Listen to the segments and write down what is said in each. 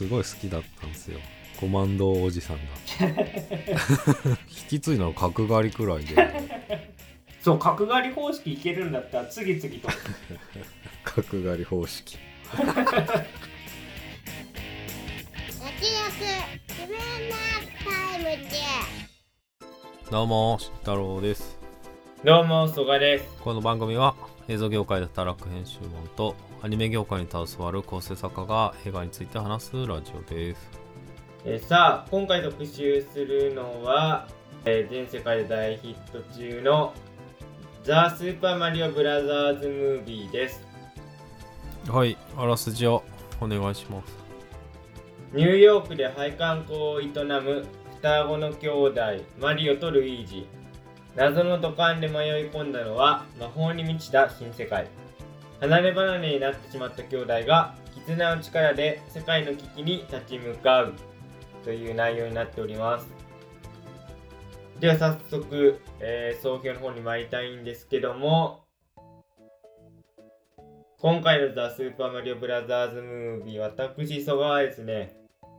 すごい好きだったんですよ、コマンドおじさんが引き継いだの角刈りくらいでそう、角刈り方式いけるんだったら次々と角刈り方式焼肉自分のタイムでどうも慎太郎です。 どうも曽我です。 この番組は映像業界で働く編集マンとアニメ業界に携わる構成作家が映画について話すラジオです。 さあ今回特集するのは、全世界で大ヒット中のザ・スーパーマリオブラザーズ・ムービーです。 はい、あらすじをお願いします。 ニューヨークで配管工を営む双子の兄弟マリオとルイージ。謎の土管で迷い込んだのは魔法に満ちた新世界。離れ離れになってしまった兄弟が絆の力で世界の危機に立ち向かうという内容になっております。では早速、総評の方に参りたいんですけども、今回のザ・スーパーマリオブラザーズ・ムービー、私曽我はですね、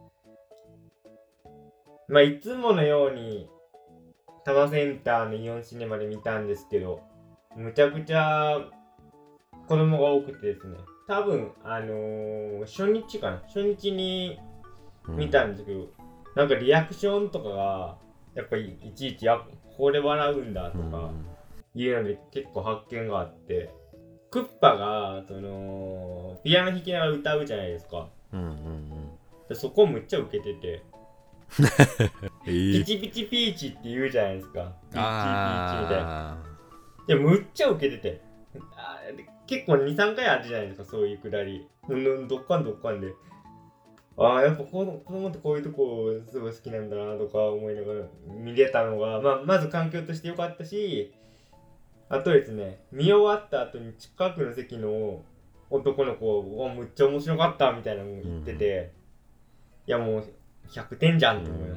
いつものように多摩センターのイオンシネマで見たんですけど、むちゃくちゃ子供が多くてですね、多分初日に見たんですけど、なんかリアクションとかがやっぱりいちいちこれ笑うんだとかいうので結構発見があって、クッパがピアノ弾きながら歌うじゃないですか。でそこむっちゃウケててピチピチピーチって言うじゃないですか。ピチピチみたいな。でむっちゃウケてて、結構 2,3 回あるじゃないですか、そういうくだり。どっかんで。やっぱ子供ってこういうとこすごい好きなんだなとか思いながら見れたのが、まず環境として良かったし、あとですね、見終わった後に近くの席の男の子がむっちゃ面白かったみたいなのを言ってて、いやもう100点じゃんって思いま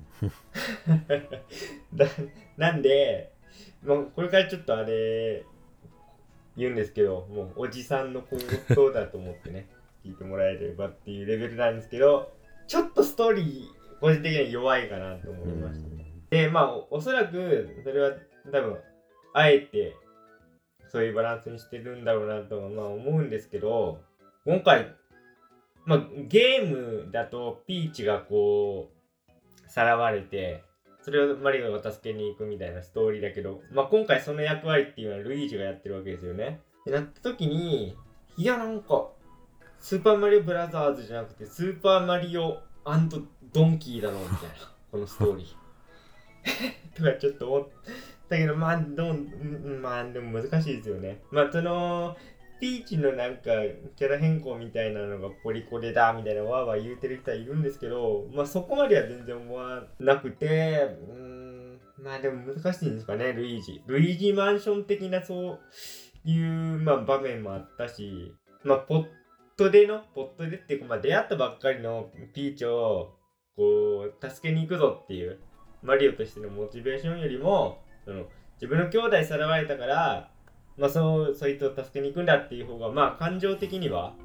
したなんで、これからちょっと言うんですけど、もうおじさんの小言だと思ってね聞いてもらえればっていうレベルなんですけど、ちょっとストーリー個人的には弱いかなと思いました。でおそらくそれは多分あえてそういうバランスにしてるんだろうなと思うんですけど、今回ゲームだとピーチがこうさらわれて、それをマリオが助けに行くみたいなストーリーだけど、今回その役割っていうのはルイージがやってるわけですよね。ってなった時に、いやなんかスーパーマリオブラザーズじゃなくてスーパーマリオ&ドンキーだろうみたいなこのストーリーとかちょっと思ったけど、でも難しいですよね。ピーチのなんかキャラ変更みたいなのがポリコレだみたいなわーわー言うてる人はいるんですけど、そこまでは全然思わなくて、でも難しいんですかね。ルイージマンション的なそういう場面もあったし、ポットでっていうか出会ったばっかりのピーチをこう助けに行くぞっていうマリオとしてのモチベーションよりも、自分の兄弟さらわれたからそいつを助けに行くんだっていう方が感情的には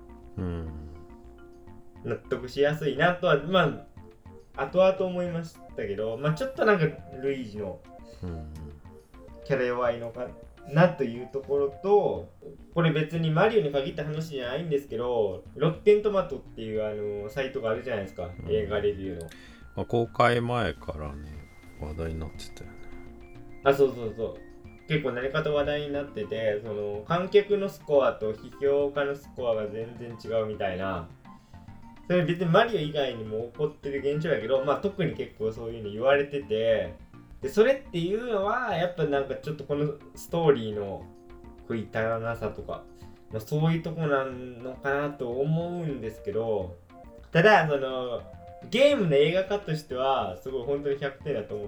納得しやすいなとは後々思いましたけど、ちょっとなんかルイージのキャラ弱いのかなというところと、これ別にマリオに限った話じゃないんですけど、ロッテントマトっていうサイトがあるじゃないですか、映画レビューの。 公開前からね話題になってたよね。 そう結構何かと話題になってて、観客のスコアと批評家のスコアが全然違うみたいな。それ別にマリオ以外にも起こってる現象やけど、特に結構そういうの言われてて、でそれっていうのはやっぱなんかちょっとこのストーリーの食い足らなさとか、そういうとこなのかなと思うんですけど、ただゲームの映画化としてはすごい本当に100点だと思って、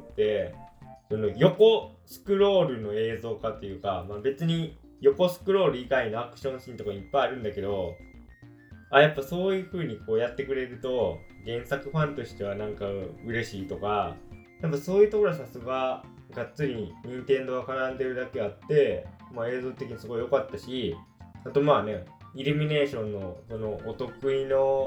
横スクロールの映像化っていうか、別に横スクロール以外のアクションシーンとかいっぱいあるんだけど、やっぱそういう風にこうやってくれると原作ファンとしてはなんか嬉しいとか、やっぱそういうところはさすががっつり任天堂が絡んでるだけあって、映像的にすごい良かったし、あとイルミネーションのそのお得意の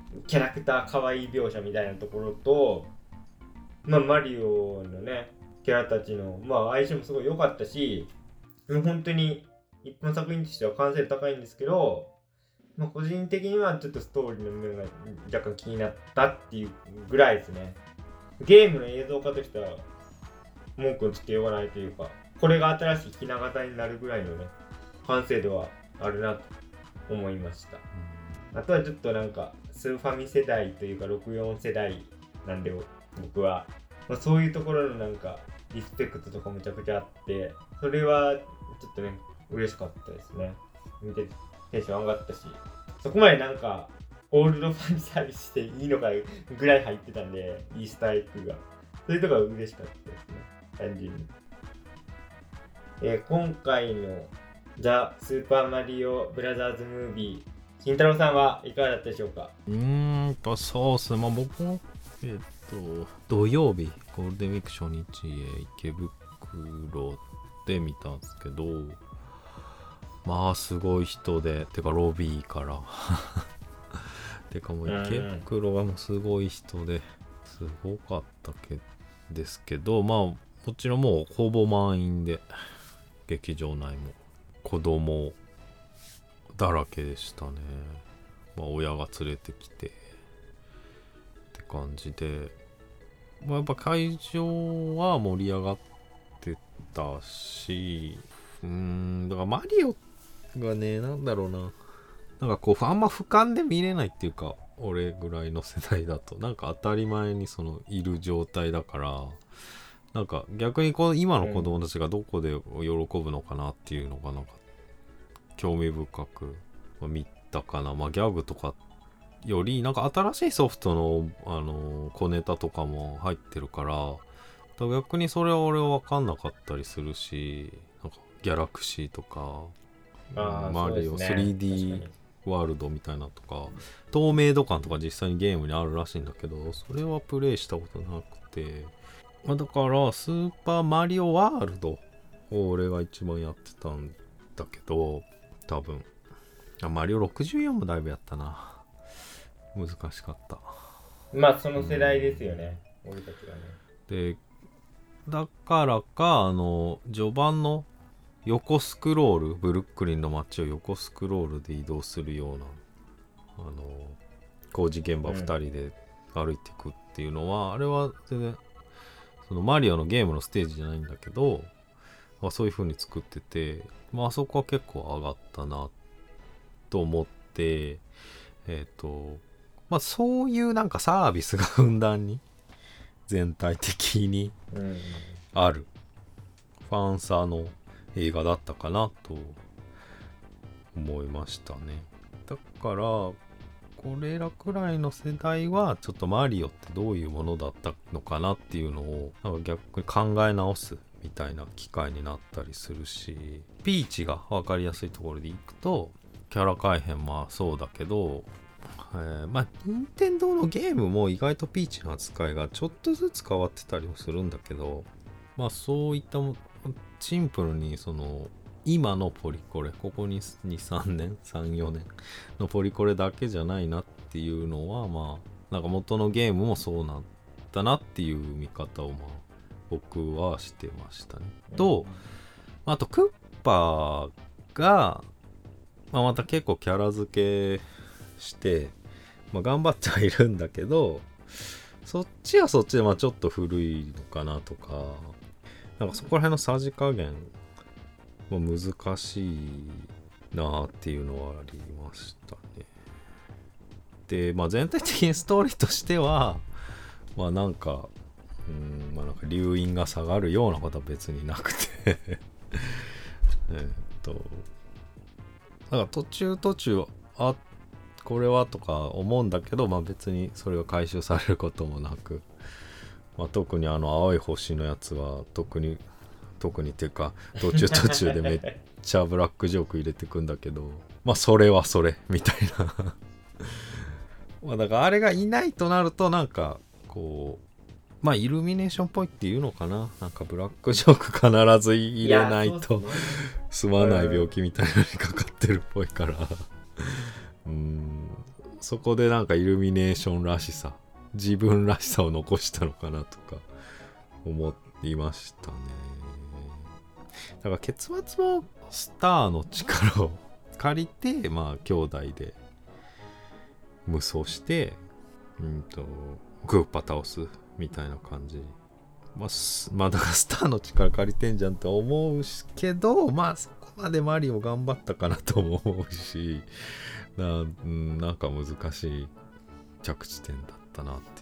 キャラクター可愛い描写みたいなところと、まあマリオのねキャラたちのまあ相性もすごい良かったし、本当に一本作品としては完成度高いんですけど、まあ、個人的にはちょっとストーリーの面が若干気になったっていうぐらいですね。ゲームの映像化としては文句をつけようがないというか、これが新しいひな形になるぐらいのね完成度はあるなと思いました。あとはちょっとなんかスーファミ世代というか64世代なんで僕は、まあ、そういうところのなんかリスペクトとかむちゃくちゃあって、それはちょっとね嬉しかったですね。見てテンション上がったし、そこまでなんかオールドファンサービスしていいのかぐらい入ってたんで、イースターエッグがそういうところが嬉しかったですね、単純に。今回のザ・スーパーマリオブラザーズムービー、慎太郎さんはいかがだったでしょうか？ そうっすね。まあ僕も土曜日ゴールデンウィーク初日池袋で見たんですけど、まあすごい人で、てかロビーからてかもう池袋がもうすごい人ですごかったですけど、まあもちろんもうほぼ満員で、劇場内も子供だらけでしたね。まあ親が連れてきてって感じで、まあ、やっぱ会場は盛り上がってたし、だからマリオがね、なんだろうな、なんかこうあんま俯瞰で見れないっていうか、俺ぐらいの世代だとなんか当たり前にそのいる状態だから、なんか逆にこう今の子供たちがどこで喜ぶのかなっていうのがなんか興味深く見たかな。まあギャグとかよりなんか新しいソフトの小ネタとかも入ってるから、逆にそれは俺は分かんなかったりするし、なんかギャラクシーとかマリオ 3D ワールドみたいなとか、透明度感とか実際にゲームにあるらしいんだけど、それはプレイしたことなくて、まあ、だからスーパーマリオワールドを俺が一番やってたんだけど、多分マリオ64もだいぶやったな。難しかった。 まあその世代ですよね、俺たちはね。でだからか序盤の横スクロール、ブルックリンの街を横スクロールで移動するような工事現場2人で歩いていくっていうのは、あれは全然そのマリオのゲームのステージじゃないんだけど、まあ、そういう風に作ってて、まああそこは結構上がったなと思って、まあそういうなんかサービスがふんだんに全体的にあるファンサーの映画だったかなと思いましたね。だからこれらくらいの世代はちょっとマリオってどういうものだったのかなっていうのをなんか逆に考え直すみたいな機会になったりするし、ピーチが分かりやすいところでいくとキャラ改変まあそうだけど、まあ任天堂のゲームも意外とピーチの扱いがちょっとずつ変わってたりもするんだけど、まあそういったシンプルにその今のポリコレ、ここに 2,3 年 3,4 年のポリコレだけじゃないなっていうのは、まあなんか元のゲームもそうなんだなっていう見方をまあ僕はしてましたね。とあとクッパが、まあ、また結構キャラ付けして、まあ、頑張ってはいるんだけど、そっちはそっちでまあちょっと古いのかなとか、なんかそこら辺のさじ加減も難しいなっていうのはありましたね。で、まあ全体的にストーリーとしてはまあなんかまあなんか留飲が下がるようなことは別になくてなんか途中これはとか思うんだけど、まあ別にそれが回収されることもなく、まあ、特に青い星のやつは特にっていうか途中でめっちゃブラックジョーク入れてくんだけど、まあそれはそれみたいなまあだからあれがいないとなるとなんかこうまあイルミネーションっぽいっていうのかな、なんかブラックジョーク必ず入れないと済まない病気みたいなのにかかってるっぽいからそこでなんかイルミネーションらしさ、自分らしさを残したのかなとか思いましたね。だから結末もスターの力を借りて、まあ兄弟で無双してグーパ倒すみたいな感じ。まあだからスターの力借りてんじゃんって思うけど、まあそこまでマリオ頑張ったかなとも思うし、なんか難しい着地点だったなっていう。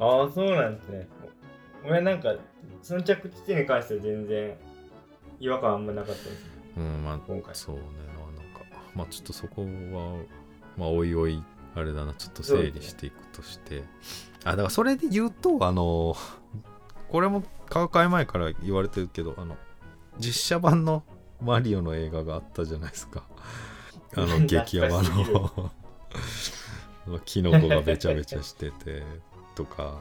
ああ、そうなんですね。俺なんかその着地点に関しては全然違和感あんまなかったです。 まあ今回そうね、なんかまあちょっとそこはまあおいおいあれだな、ちょっと整理していくとして、だからそれで言うとこれも買う前から言われてるけど、実写版のマリオの映画があったじゃないですか。激ヤバのキノコがべちゃべちゃしててとか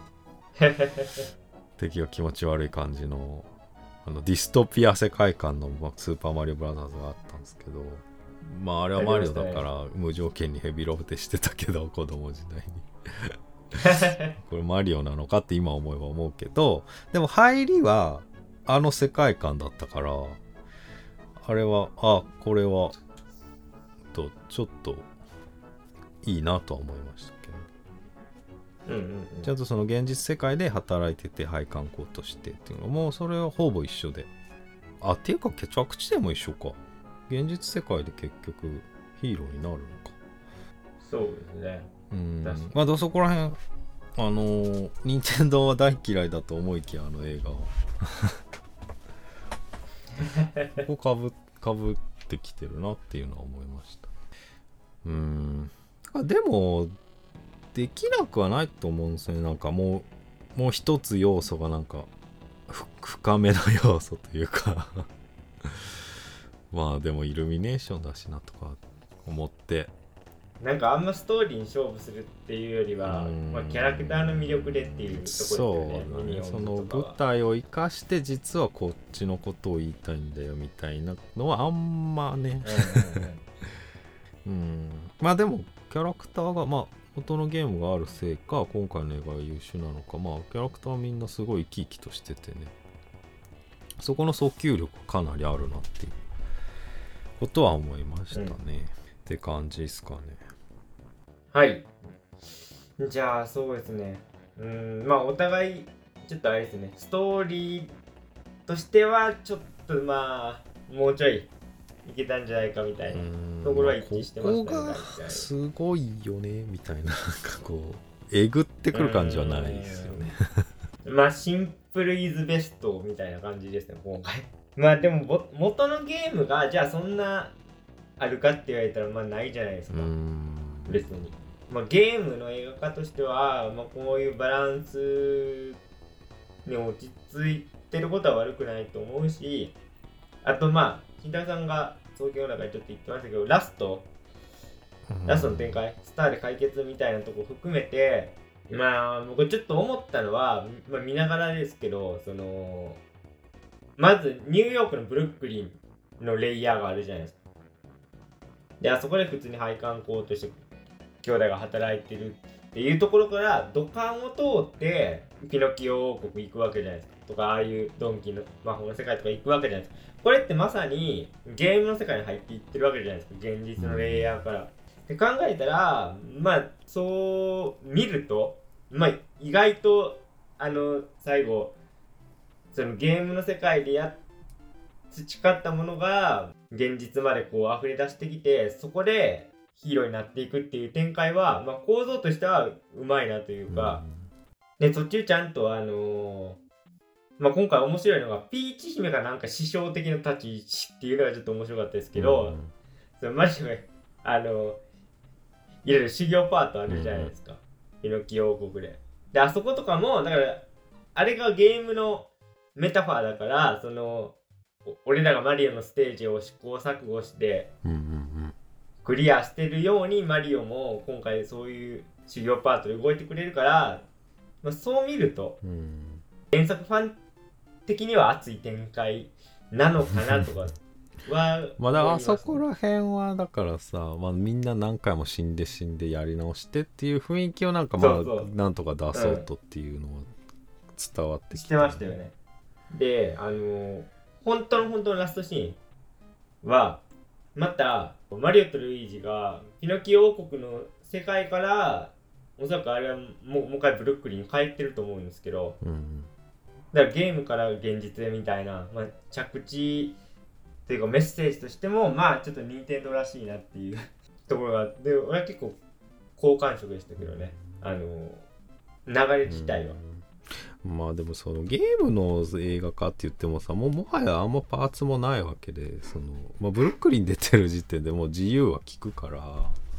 敵が気持ち悪い感じのディストピア世界観のスーパーマリオブラザーズがあったんですけど、まああれはマリオだから無条件にヘビロテしてたけど、子供時代にこれマリオなのかって今思えば思うけど、でも入りはあの世界観だったから、あれはこれはちょっといいなとは思いましたけど、ちゃんとその現実世界で働いてて配管工としてっていうのもそれはほぼ一緒で、っていうか着地点も一緒か。現実世界で結局ヒーローになるのか。 そうですね。 まあそこら辺任天堂は大嫌いだと思いきや映画をここかぶってきてるなっていうのは思いました。でもできなくはないと思うんですよね。なんかもう一つ要素がなんか深めの要素というかまあでもイルミネーションだしなとか思って、 なんかあんまストーリーに勝負するっていうよりは、まあ、キャラクターの魅力でっていうところですよね。 そうだね、その舞台を生かして実はこっちのことを言いたいんだよみたいなのはあんまねまあでもキャラクターがまあ元のゲームがあるせいか今回の映画が優秀なのか、まあキャラクターはみんなすごい生き生きとしててね、そこの訴求力かなりあるなっていうことは思いましたね、って感じですかね。 はい。じゃあそうですね。まあお互いちょっとあれですね。ストーリーとしてはちょっとまあもうちょいいけたんじゃないかみたいなところは一致してましたね。 ここがすごいよねみたいな、なんかこうえぐってくる感じはないですよね。 まあシンプルイズベストみたいな感じですね今回。まあでも元のゲームがじゃあそんなあるかって言われたらまあないじゃないですか。別に。まあゲームの映画化としては、まあ、こういうバランスに落ち着いてることは悪くないと思うし、あとまあ新田さんが東京の中でちょっと言ってましたけど、ラストの展開、スターで解決みたいなとこ含めて、まあ僕ちょっと思ったのは、まあ、見ながらですけど、まずニューヨークのブルックリンのレイヤーがあるじゃないですか。で、あそこで普通に配管工として兄弟が働いてるっていうところから土管を通ってピノキオ王国行くわけじゃないですか。とか、ああいうドンキの魔法の世界とか行くわけじゃないですか。これってまさにゲームの世界に入っていってるわけじゃないですか。現実のレイヤーから。って考えたら、まあそう見ると、まあ意外と最後そのゲームの世界で培ったものが現実までこう溢れ出してきて、そこでヒーローになっていくっていう展開は、まあ、構造としてはうまいなというか、で途中ちゃんとまあ、今回面白いのがピーチ姫がなんか師匠的な立ち位置っていうのがちょっと面白かったですけど、そのマジでいろいろ修行パートあるじゃないですか、ピノキオ王国で。であそことかもだからあれがゲームのメタファーだから、俺らがマリオのステージを試行錯誤してクリアしてるように、マリオも今回そういう修行パートで動いてくれるから、まあ、そう見ると原作ファン的には熱い展開なのかなとかはまあだからあそこ思いら辺はだからさ、まあ、みんな何回も死んでやり直してっていう雰囲気をなんかまあそうそうなんとか出そうとっていうのは伝わってきしてましたよね。で本当のラストシーンはまたマリオとルイージがピノキオ王国の世界からおそらくあれはもう一回ブルックリンに帰ってると思うんですけど、 うんだからゲームから現実へみたいな、まあ、着地というかメッセージとしてもまあちょっと任天堂らしいなっていうところがあって、俺は結構好感触でしたけどね、流れ自体は。 まあでもそのゲームの映画化って言ってもさ、もはやあんまパーツもないわけで、まあ、ブルックリン出てる時点でもう自由は利くから、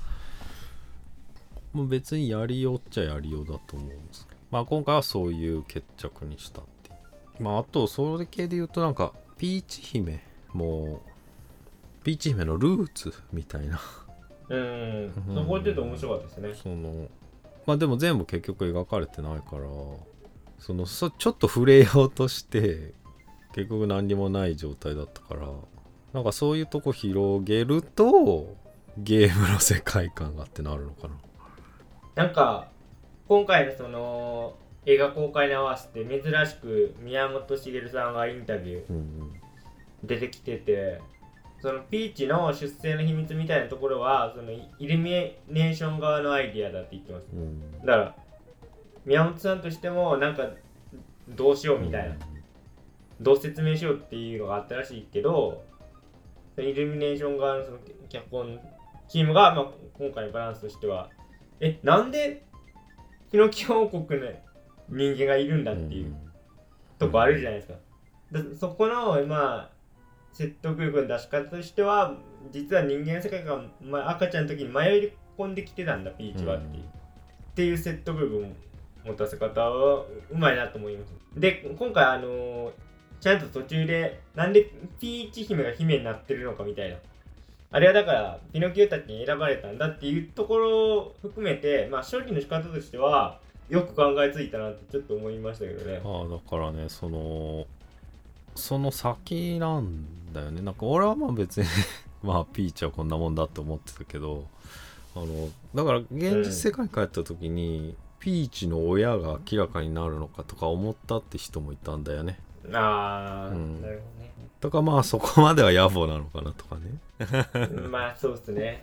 もう別にやりようっちゃやりようだと思うんですけど、まあ今回はそういう決着にしたっていう。まああとそれ系で言うとなんかピーチ姫のルーツみたいなそこちょっと面白かったですね。 まあでも全部結局描かれてないからちょっと触れようとして結局何にもない状態だったから、なんかそういうとこ広げるとゲームの世界観がってなるのかな。 なんか今回のその映画公開に合わせて珍しく宮本茂さんがインタビュー出てきてて、そのピーチの出生の秘密みたいなところはそのイルミネーション側のアイディアだって言ってます。だから宮本さんとしてもなんかどうしようみたいな、どう説明しようっていうのがあったらしいけど、イルミネーション側のその脚本チームが、まあ、今回のバランスとしてはなんでピノキオ王国の人間がいるんだっていうとこあるじゃないですか。そこのまあ説得力の出し方としては、実は人間の世界が、まあ、赤ちゃんの時に迷い込んできてたんだピーチはっていう説得力を持たせ方はうまいなと思います。で今回ちゃんと途中でなんでピーチ姫が姫になってるのかみたいな、あれはだからピノキオたちに選ばれたんだっていうところを含めて、まあ処理の仕方としてはよく考えついたなってちょっと思いましたけどね。 だからねその先なんだよね。なんか俺はまあ別にまあピーチはこんなもんだって思ってたけど、だから現実世界に帰った時に、ピーチの親が明らかになるのかとか思ったって人もいたんだよね。 なるほどね。 だからまあそこまでは野暮なのかなとかね。 まあそうっすね。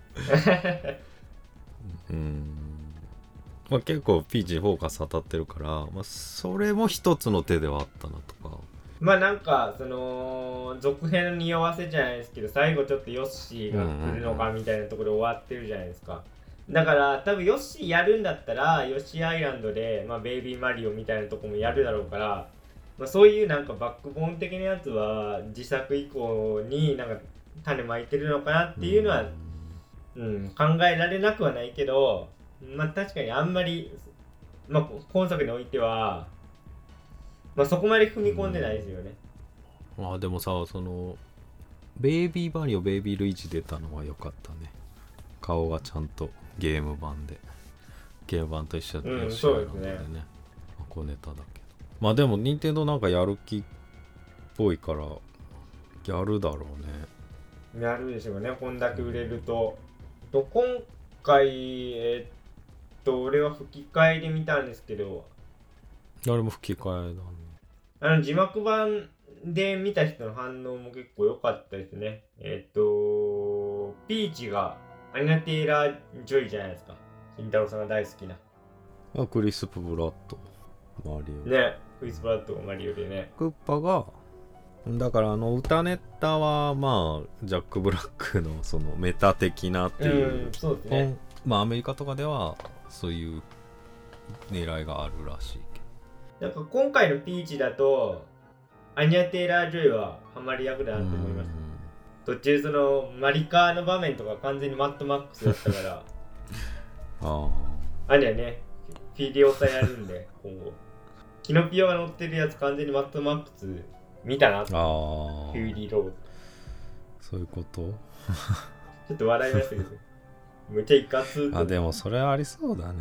まあ結構ピーチにフォーカス当たってるから、まあそれも一つの手ではあったなとか。 まあなんかその続編の匂わせじゃないですけど、最後ちょっとヨッシーが来るのかみたいなところで終わってるじゃないですか。だから多分ヨッシーやるんだったらヨッシーアイランドで、まあ、ベイビーマリオみたいなとこもやるだろうから、まあ、そういうなんかバックボーン的なやつは自作以降になんか種まいてるのかなっていうのは、考えられなくはないけど、まあ確かにあんまり、まあ、今作においてはまあそこまで踏み込んでないですよね。 まあでもさ、ベイビーマリオベイビールイージ出たのは良かったね。顔がちゃんとゲーム版と一緒で、 そうですね。 小ネタだけど、まあでも任天堂なんかやる気っぽいからやるだろうね。 やるでしょうね、こんだけ売れると。今回俺は吹き替えで見たんですけど、 あれも吹き替えだね。 字幕版で見た人の反応も結構良かったですね。ピーチがアニナ・テイラー・ジョイじゃないですか。慎太郎さんが大好きな。 クリスプ・ブラッド、マリオ。 ね、クリス・ブラッド、マリオでね。 クッパが、だから歌ネタはまあジャック・ブラックのそのメタ的なっていう、 そうですね。 まあアメリカとかではそういう狙いがあるらしいけど。なんか今回のピーチだとアニャ・テイラー・ジョイはハマり役だなと思いました。途中そのマリカーの場面とか完全にマッドマックスだったからあれはね、フィリオサやるんで今後キノピオが乗ってるやつ完全にマッドマックス見たなって。フューリーロード。 そういうことちょっと笑いましたけどめっちゃいかつでもそれありそうだね。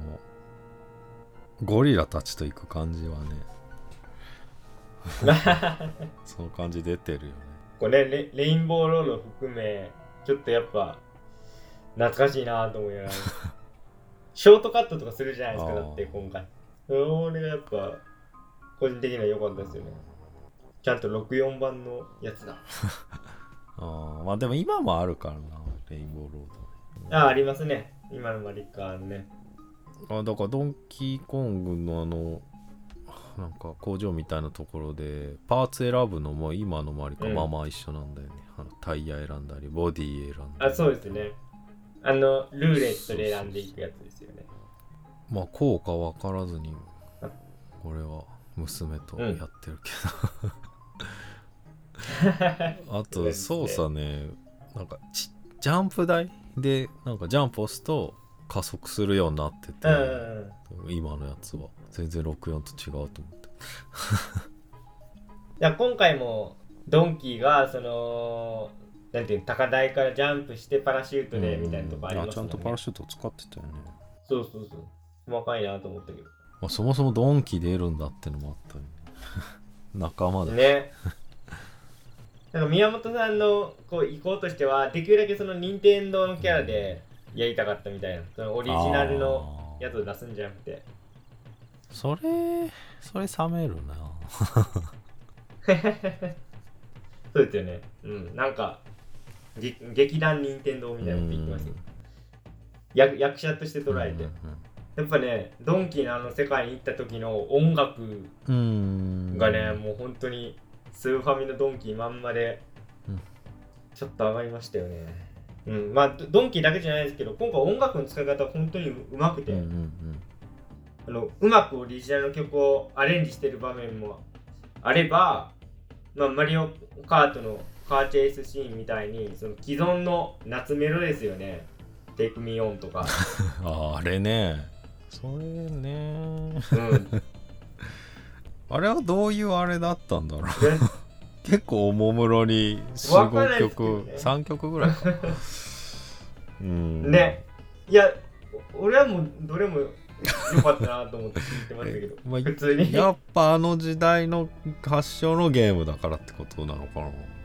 ゴリラたちと行く感じはねその感じ出てるよね。 これレインボーロード含めちょっとやっぱ懐かしいなと思いながらショートカットとかするじゃないですか。だって今回それがやっぱ個人的には良かったですよね。ちゃんと64番のやつだまあでも今もあるからな、レインボーロード。 ありますね、今のマリカーのね。 だからドンキーコングのなんか工場みたいなところでパーツ選ぶのも今のマリカまあまあ一緒なんだよね。タイヤ選んだりボディ選んだり。 そうですね。ルーレットで選んでいくやつですよね。 まあ効果分からずにこれは娘とやってるけど、あと操作ね、なんかジャンプ台でなんかジャンプ押すと加速するようになってて、今のやつは全然64と違うと思って。 いや今回もドンキーがそのなんていう高台からジャンプしてパラシュートでみたいなとこありますね。 ちゃんとパラシュート使ってたよね。 そう細かいなと思ったけど、 まあ、そもそもドンキー出るんだってのもあったよね仲間だね。なんか宮本さんのこう行こうとしてはできるだけその任天堂のキャラでやりたかったみたいな、そのオリジナルのやつを出すんじゃなくて。 それ冷めるなそうですよね。なんか劇団任天堂みたいなこと言ってましたよ。役者として捉えて、やっぱねドンキーの世界に行った時の音楽がねもう本当にスーファミのドンキーまんまでちょっと上がりましたよね。まあドンキーだけじゃないですけど今回音楽の使い方は本当にうまくて、うまくオリジナルの曲をアレンジしてる場面もあれば、まあ、マリオカートのカーチェイスシーンみたいにその既存の夏メロですよね。Take Me On とかあれね、それね、あれはどういうあれだったんだろう結構おもむろに 4,5 曲、ね、3曲ぐらいかね。いや俺はもうどれも良かったなと思って聞いてましたけどまあ、普通にやっぱあの時代の発祥のゲームだからってことなのか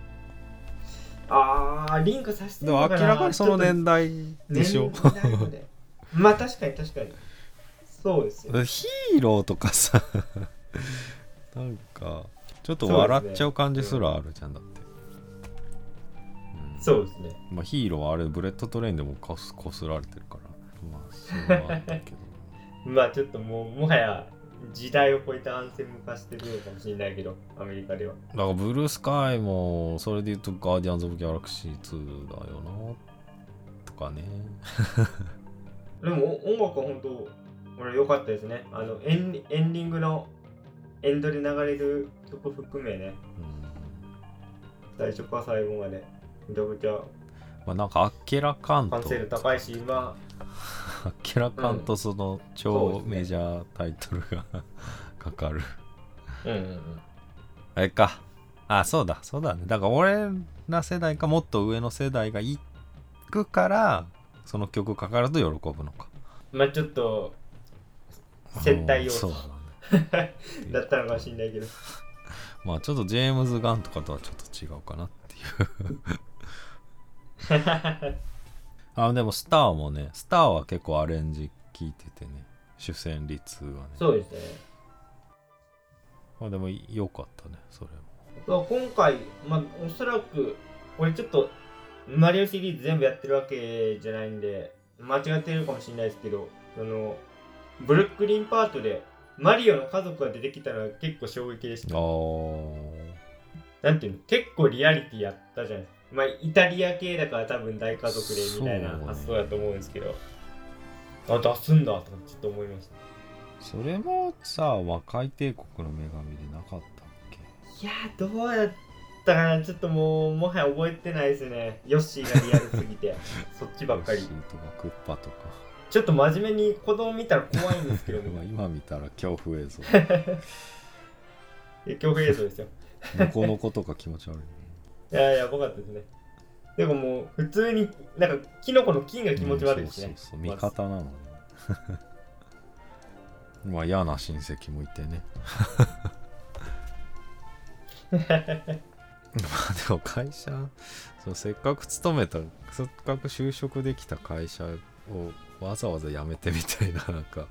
な。 リンクさせてるのかな。 でも明らかにその年代でしょ。 まあ確かにそうですよ。 ヒーローとかさなんかちょっと笑っちゃう感じすらあるじゃん、だって。 そうですね。 まあヒーローはあれブレッドトレインでもこすられてるから、まあそれはあったけどまあちょっともはや時代を超えたアンセム化してるのかもしれないけど、アメリカでは。 だからブルースカイもそれで言うとガーディアンズ・オブ・ギャラクシー2だよなとかねでも音楽は本当俺良かったですね。エンディングのエンドで流れる曲含めね、最初から最後までめちゃくちゃまあなんかあっけらかんと完成度高いし、今あっけらかんとその超メジャータイトルがかかる。あれか。そうだね。だから俺ら世代かもっと上の世代が行くからその曲かかると喜ぶのか。 まあちょっと接待要素だったのかもしれないけどまあちょっとジェームズ・ガンとかとはちょっと違うかなっていうでもスターもね、スターは結構アレンジ効いててね、主旋律がね。 そうですね。 でも良かったね、それも。今回、おそらく俺ちょっとマリオシリーズ全部やってるわけじゃないんで間違ってるかもしれないですけど、ブルックリンパートでマリオの家族が出てきたのは結構衝撃でした。なんていうの、結構リアリティやったじゃないですか。まあイタリア系だから多分大家族でみたいな発想だと思うんですけど、出すんだとかちょっと思いました。 それもさ、和解帝国の女神でなかったっけ？ いやどうやったかな、ちょっともはや覚えてないですね。ヨッシーがリアルすぎてそっちばっかり。 ヨッシーとかクッパとかちょっと真面目に子供見たら怖いんですけど今見たら恐怖映像恐怖映像ですよノコノコとか気持ち悪い。 やばかったですね。でももう普通になんかキノコの菌が気持ち悪いですね。 そう味方なのねまあ嫌な親戚もいてねでも会社せっかく勤めたせっかく就職できた会社をわざわざ辞めてみたいななんか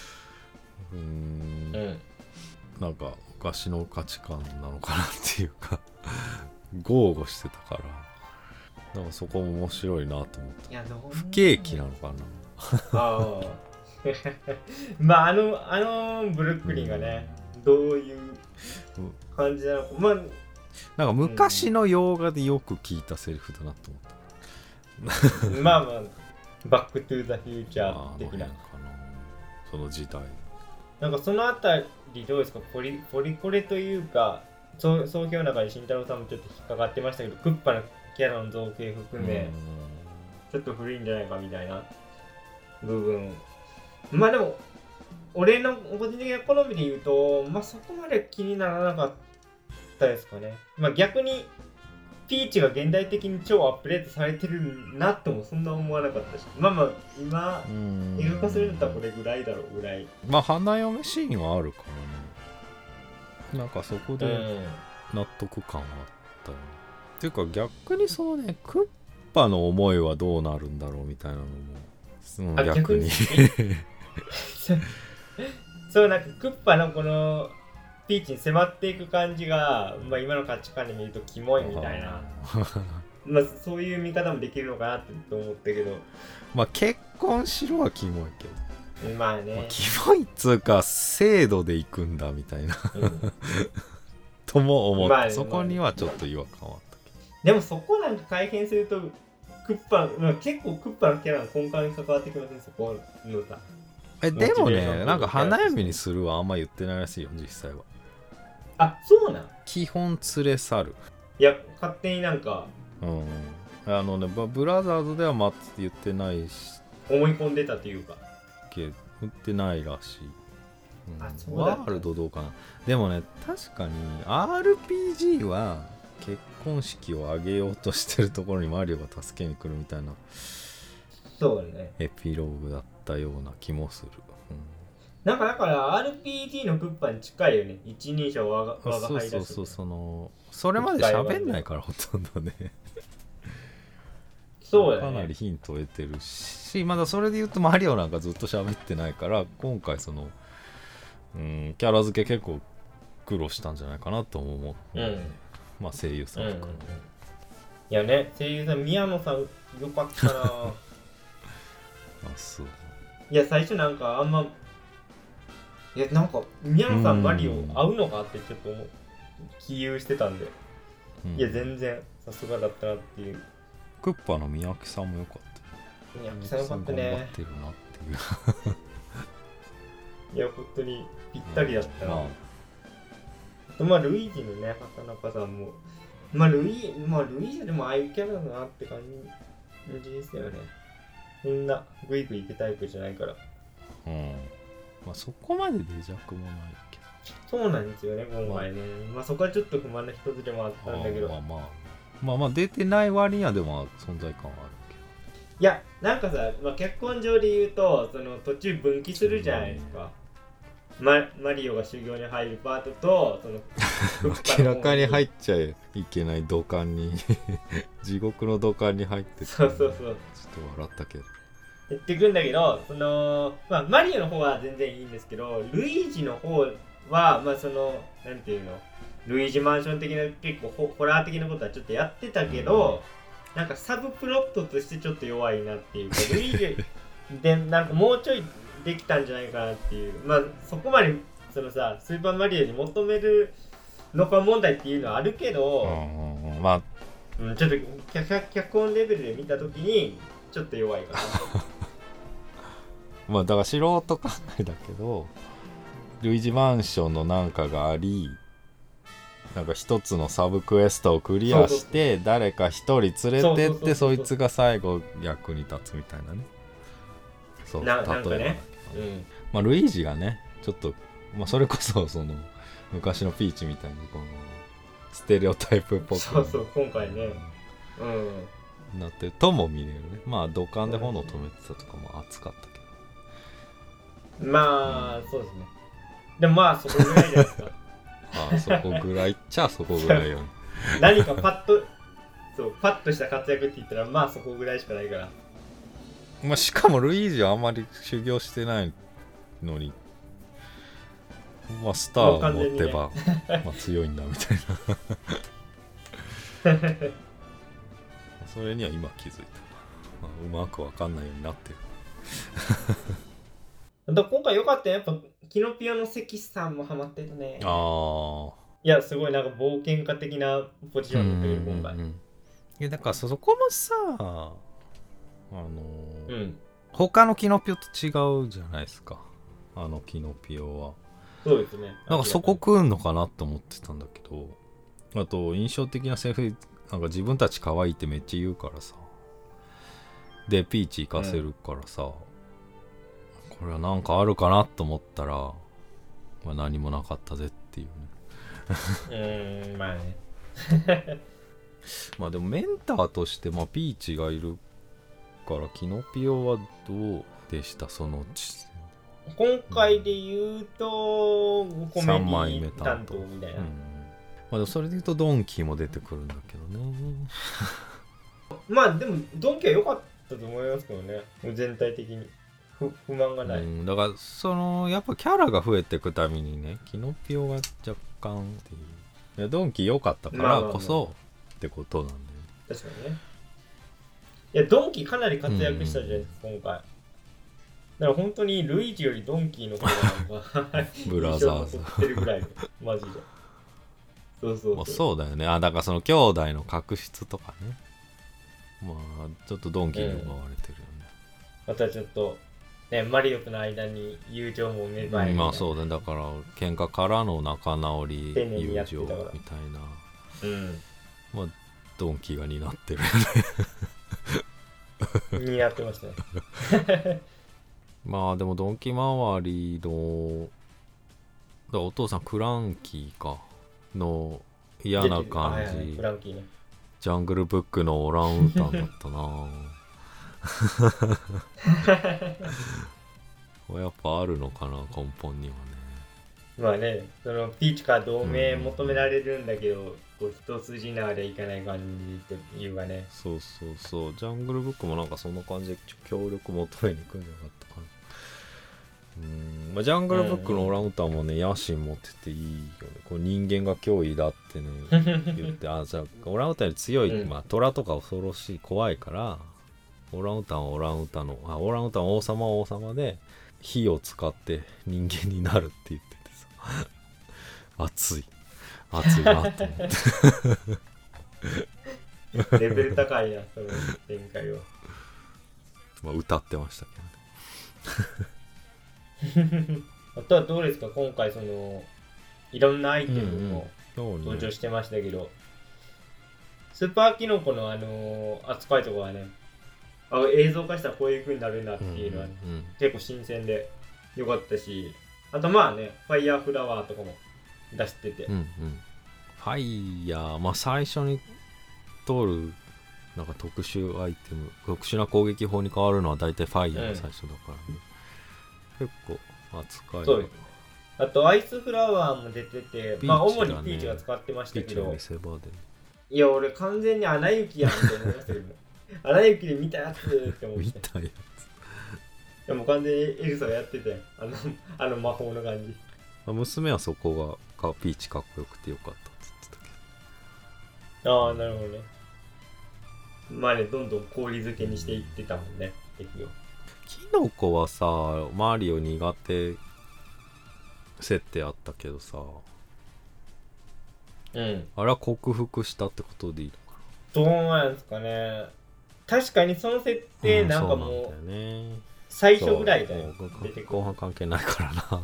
なんか昔の価値観なのかなっていうか豪語してたからなんかそこも面白いなと思った。 いや不景気なのかなあまああのブルックリンがね、どういう感じなのか、まあなんか昔の洋画でよく聞いたセリフだなと思った。 まあまあバックトゥーザフューチャー的なその時代なんかそのあたりどうですか、ポリコレというか総評の中で慎太郎さんもちょっと引っかかってましたけど、クッパのキャラの造形含めちょっと古いんじゃないかみたいな部分、まあでも俺の個人的な好みで言うと、まあそこまで気にならなかったですかね。まあ逆にピーチが現代的に超アップデートされてるなともそんな思わなかったし、まあまあ今映画化するんだったらこれぐらいだろうぐらい。 まあ花嫁シーンはあるからね、なんかそこで納得感はあったよね、っていうか逆にそうね、クッパの思いはどうなるんだろうみたいなのも逆にそうなんかクッパのこのピーチに迫っていく感じが、まあ、今の価値観で見るとキモいみたいなまあそういう見方もできるのかなって思ったけど、 まあ結婚しろはキモいけど、 まあね、 まあ、キモいっつうか制度で行くんだみたいな、とも思って、まあね、そこにはちょっと違和感はあったけど、 でもそこなんか改変するとクッパ、まあ、結構クッパのキャラの根幹に関わってきますね、そこのさ。 でもね、なんか花嫁にするはあんま言ってないらしいよ、実際は。 あ、そうなん？ 基本連れ去る。 いや、勝手になんかブラザーズでは待つって言ってないし、 思い込んでたというか言ってないらしい、 あ、そうだ。 ワールドどうかな。でもね、確かに RPG は結婚式を挙げようとしてるところにマリオが助けに来るみたいな、 そうね、 エピローグだったような気もする、 なんかだから RPG のクッパに近いよね、一人称我が輩だし。 そうそれまで喋んないからほとんどねそうだね、 かなりヒントを得てるし、まだそれで言うとマリオなんかずっと喋ってないから、今回そのキャラ付け結構苦労したんじゃないかなと思う、まあ声優さんとか、 いやね、声優さん宮野さんよかったなあ、 そう。 いや最初なんかあんま、いやなんか宮野さんマリオ合うのかってちょっと気憂してたんで、いや全然さすがだったなっていう。 クッパの三宅さんもよかった。 三宅さんよかったね。 頑張ってるなっていういや本当にぴったりだったな。あとまあルイージのね、畑中さんもルイージでもああいうキャラだなって感じですよね。みんなグイグイ行くタイプじゃないから。 まあそこまで脆弱もないけど。そうなんですよね、今回ね。まあそこはちょっと不満な一つでもあったんだけど。 まあ出てない割にはでも存在感はあるけど。 いや、なんかさ、脚本上で言うと、その途中分岐するじゃないですか。マリオが修行に入るパートと、その明らかに入っちゃいけない土管に地獄の土管に入ってて、 そうちょっと笑ったけど言ってくんだけど、そのマリオの方は全然いいんですけど、ルイージの方はそのなんていうの、ルイージマンション的な結構ホラー的なことはちょっとやってたけど、なんかサブプロットとしてちょっと弱いなっていうか、ルイージでなんかもうちょいできたんじゃないかなっていう、そこまでそのさスーパーマリオに求めるのか問題っていうのはあるけど、ちょっと脚本レベルで見たときにちょっと弱いかなだから素人考えだけど、ルイージマンションのなんかがあり、なんか一つのサブクエストをクリアして誰か一人連れてってそいつが最後役に立つみたいなね。そう例えばね、ルイージがねちょっと、それこそその昔のピーチみたいにこのステレオタイプっぽく今回ねなってるとも見れるね。土管で炎止めてたとかも熱かったけど、そうですね。でもそこぐらいじゃないですかそこぐらいっちゃそこぐらいよね何かパッとした活躍って言ったらまあそこぐらいしかないから。 まあしかもルイージはあんまり修行してないのに、まあスターを持ってば、まあ強いんだみたいなそれには今気づいた、まあ、うまくわかんないようになってる今回良かったよ。やっぱキノピオの関さんもハマってるね。 ああ。 いやすごいなんか冒険家的なポジションにいる今回。 いやだからそこもさ、他のキノピオと違うじゃないですか。キノピオは。 そうですね。 なんかそこ食うんのかなって思ってたんだけど、あと印象的なセリフ、なんか自分たち可愛いってめっちゃ言うからさ。でピーチ行かせるからさ、これはなんかあるかなと思ったら、まあ、何もなかったぜっていうね。まあね。 まあでもメンターとしてまあピーチがいるからキノピオはどうでしたその今回で言うとコメディ担当みたいな、まあでもそれで言うとドンキーも出てくるんだけどねまあでもドンキーは良かったと思いますけどね、全体的に不満がない、 だからやっぱキャラが増えていくためにねキノピオが若干っていう、ドンキー良かったからこそってことなんだよね。 確かにね。いやドンキーかなり活躍したじゃないですか、今回。だから本当にルイージよりドンキーの方がブラザーズってるぐらいマジで。 そうだよね。だからその兄弟の確執とかね、まあちょっとドンキーに奪われてるよね、 またちょっとねマリオとの間に友情も芽生える、 まあそうだね。だから喧嘩からの仲直り友情みたいな、まあドンキーが担ってるよね担ってましたねまあでもドンキ周りのだお父さんクランキーかの嫌な感じ、 クランキーね、 ジャングルブックのオランウータンだったなやっぱあるのかな根本にはね。 まあね、そのピーチから同盟求められるんだけど、こう一筋縄でいかない感じというかね。 そうジャングルブックもなんかそんな感じで協力求めに行くんじゃなかったかな。まあ、ジャングルブックのオランウータンもね、野心持ってていいよね。こう人間が脅威だってね言ってじゃあオランウータンより強い、まあ虎とか恐ろしい怖いからオランウータンはオランウータンのオランウータンは王様は王様で火を使って人間になるって言っててさ熱いなと思ってレベル高いなその展開はまあ歌ってましたけどねあとはどうですか今回そのいろんなアイテムも登場してましたけど、スーパーキノコの扱いとかはね映像化したらこういう風になるんだっていうのは、結構新鮮でよかったし、あとまあねファイヤーフラワーとかも出してて、 ファイヤーまあ最初に通るなんか特殊アイテム特殊な攻撃法に変わるのは大体ファイヤーが最初だからね、結構扱いそうですね。あとアイスフラワーも出てて、まあ主にピーチが使ってましたけど、いや俺完全にアナ雪やんって思いましたけどアナ雪で見たやつって思って見たやつでも完全にエルサがやっててあの魔法の感じ。 娘はそこがピーチかっこよくてよかったって言ってたけど、ああなるほどね。まあねどんどん氷漬けにしていってたもんね敵を。 キノコはさマリオ苦手設定あったけどさ、あれは克服したってことでいいのかな。どうなんですかね。確かにその設定なんかもう最初ぐらいだよ、出てくる。 後半関係ないからな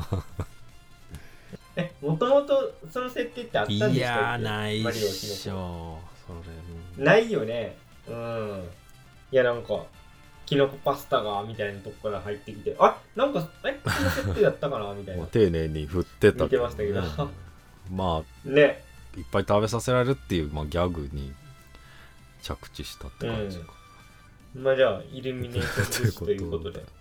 もともとその設定ってあったんですか？いやないっしょそれないよね。いやなんかキノコパスタがみたいなとこから入ってきて、なんかこの設定だったかなみたいな丁寧に振ってたけど、ね、見てましたけどまあねいっぱい食べさせられるっていう、まあ、ギャグに着地したって感じか、 まあじゃあイルミネーションということで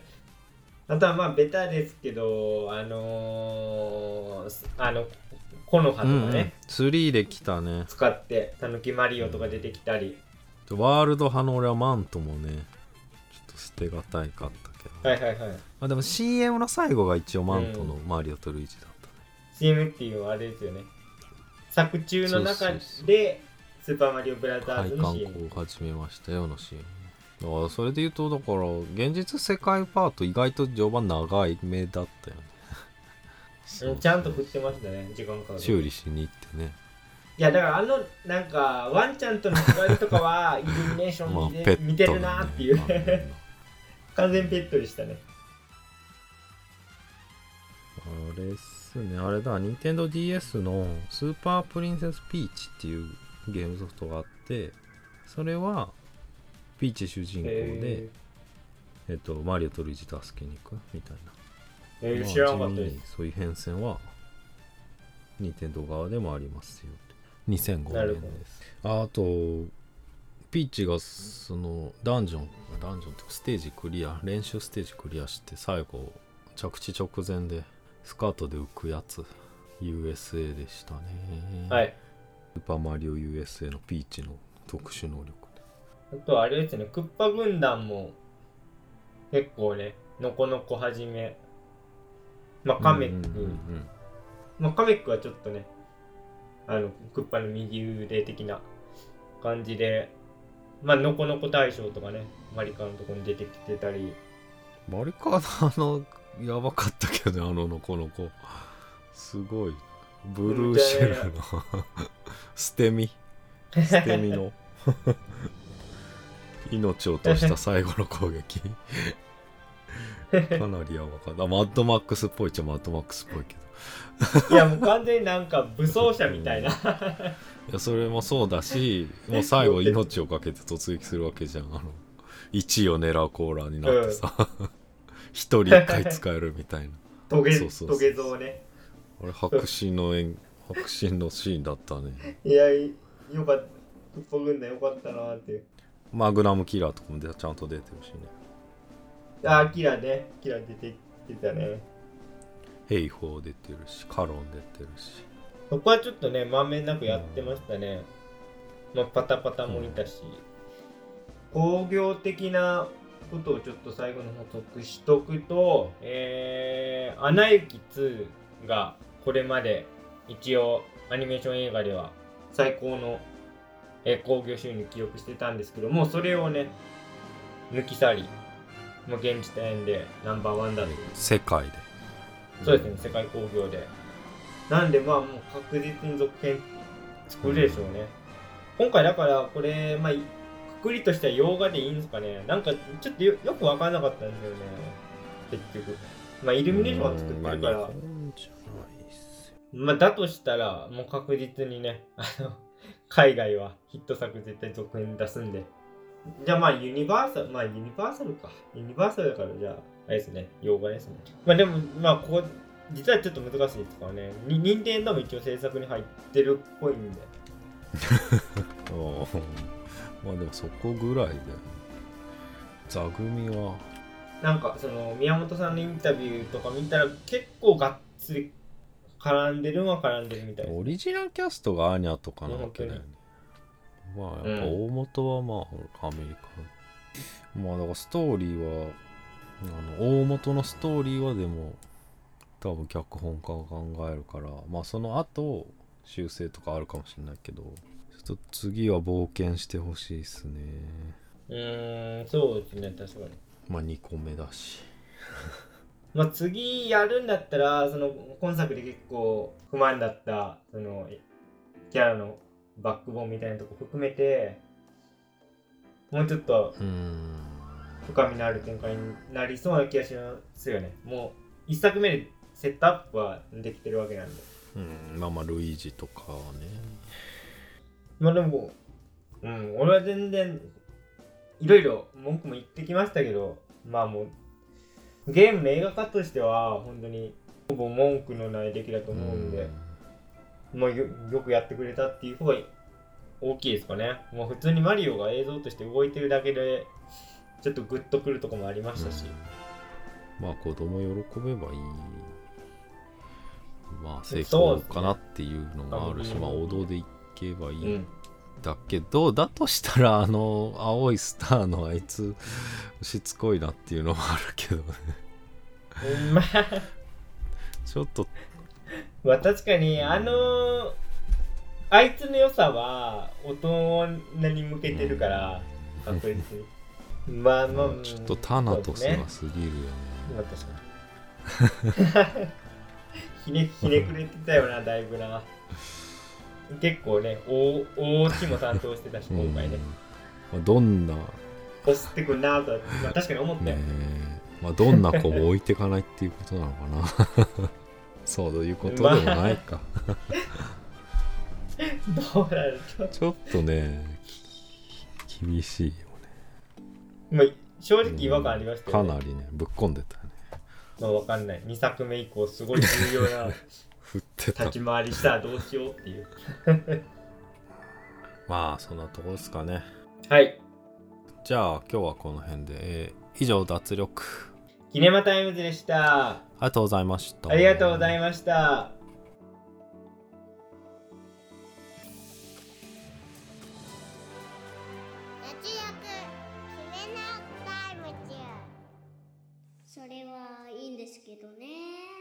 こ木の葉とかね、 3で来たね。 使ってたぬきマリオとか出てきたり、 ワールド派の俺はマントもねちょっと捨てがたいかったけど、 はいはいはい。 まあ、でも CM の最後が一応マントのマリオとルイージだったね、 CM っていうのはあれですよね。作中の中そうそうそうでスーパーマリオブラザー快ズの感 CM。 こう始めましたよの CM。 だからそれで言うとだから現実世界パート意外と序盤長い目だったよねちゃんと振ってましたね、時間かかる。 修理しに行ってね。 いやだからなんかワンちゃんとの違いとかはイルミネーション見て,、見てるなっていう完全ペットでしたね。 あれっすね、あれだ、任天堂 DS のスーパープリンセスピーチっていうゲームソフトがあって、それはピーチ主人公で、マリオとルイージ助けに行くみたいな。 知らなかった地味にです。 そういう変遷は任天堂側でもありますよ。2005年です。あとピーチがそのダンジョンっていうかステージクリア、練習ステージクリアして最後着地直前でスカートで浮くやつ USA でしたね。 はい。 スーパーマリオ USA のピーチの特殊能力で。 あとはあれですね、クッパ軍団も結構ね、のこのこはじめ、まあカメック、まあカメックはちょっとね、クッパの右腕的な感じで、まあのこのこ大将とかね、マリカのとこに出てきてたり。 マリカのやばかったけどね、のこのこすごいブルーシェルの捨て身の命を落とした最後の攻撃かなりやばかった。マッドマックスっぽいっちゃマッドマックスっぽいけどいやもう完全になんか武装者みたいな、 いやそれもそうだし、もう最後命をかけて突撃するわけじゃん。1位を狙うコーラーになってさ、一人一回使えるみたいなトゲ像ね。 あれ迫真のシーンだったね。 いやよかった、クッパ軍団よかったなって。 マグナムキラーとかもちゃんと出てるしね。 キラ出てきてたね。 ヘイホー出てるし、カロン出てるし。 そこはちょっとね、まんべんなくやってましたね。まあ、パタパタもいたし、工業的なことをちょっと最後の補足しとくと、アナ雪2がこれまで一応アニメーション映画では最高の興行収入記録してたんですけども、それをね抜き去り、もう現時点でナンバーワンだという。 世界で。 そうですね、世界興行で。なんでまあもう確実に続編作るでしょうね。今回だからこれまあくくりとしては洋画でいいんですかね。なんかちょっと よく分からなかったんですよね、結局。まあイルミネーションは作ってるから、まあだとしたらもう確実にね、海外はヒット作絶対続編出すんで。じゃあまあユニバーサルか。ユニバーサルだからじゃああれですね、洋画ですね。まあでもまあここ実はちょっと難しいですからね。任天堂も一応制作に入ってるっぽいんで。 まあでもそこぐらいで座組はなんかその宮本さんのインタビューとか見たら結構がっつり絡んでるみたいな。 オリジナルキャストがアーニャとかなわけだよね。まあやっぱ大元はまあアメリカ、まあだからストーリーは大元のストーリーはでも多分脚本家が考えるから、まあその後修正とかあるかもしれないけど、ちょっと次は冒険してほしいですね。 そうですね、確かに。 まあ2個目だしまあ次やるんだったら、その今作で結構不満だったそのキャラのバックボーンみたいなとこ含めて、もうちょっと深みのある展開になりそうな気がしますよね。もう1作目でセットアップはできてるわけなんで。 まあルイージとかはね。 まあでも、俺は全然いろいろ文句も言ってきましたけど、まあもうゲームの映画化としては本当にほぼ文句のない出来だと思うんで、もう よくやってくれたっていう方が大きいですかね。もう普通にマリオが映像として動いてるだけでちょっとグッとくるとこもありましたし、 まあ子供喜べばいいまあ成功かなっていうのもあるし、 そうですねまあ王道でいけばいいんうんだけど、だとしたら青いスターのあいつしつこいなっていうのもあるけどねまちょっとあ確かにあいつの良さは大人に向けてるから確実にまあまあちょっとタナトスが過ぎるよね。 まあ確かにひねくれてたよなだいぶな。結構ね大オチも担当してたし今回ね、 まあ、どんなこすってくんなとは、まあ、確かに思ったよ、 ねまあ、どんな子も置いてかないっていうことなのかなそういうことでもないかどうなるちょっとね厳しいよね。 まあ正直違和感ありましたよね、 かなりねぶっこんでたよね。 まあわかんない2作目以降すごい重要な振ってた。 立ち回りしたらどうしようっていうまあそんなとこですかね。 はいじゃあ今日はこの辺で、以上脱力キネマタイムズでした。 ありがとうございました。 ありがとうございました。 脱力決めなタイム中。それはいいんですけどね。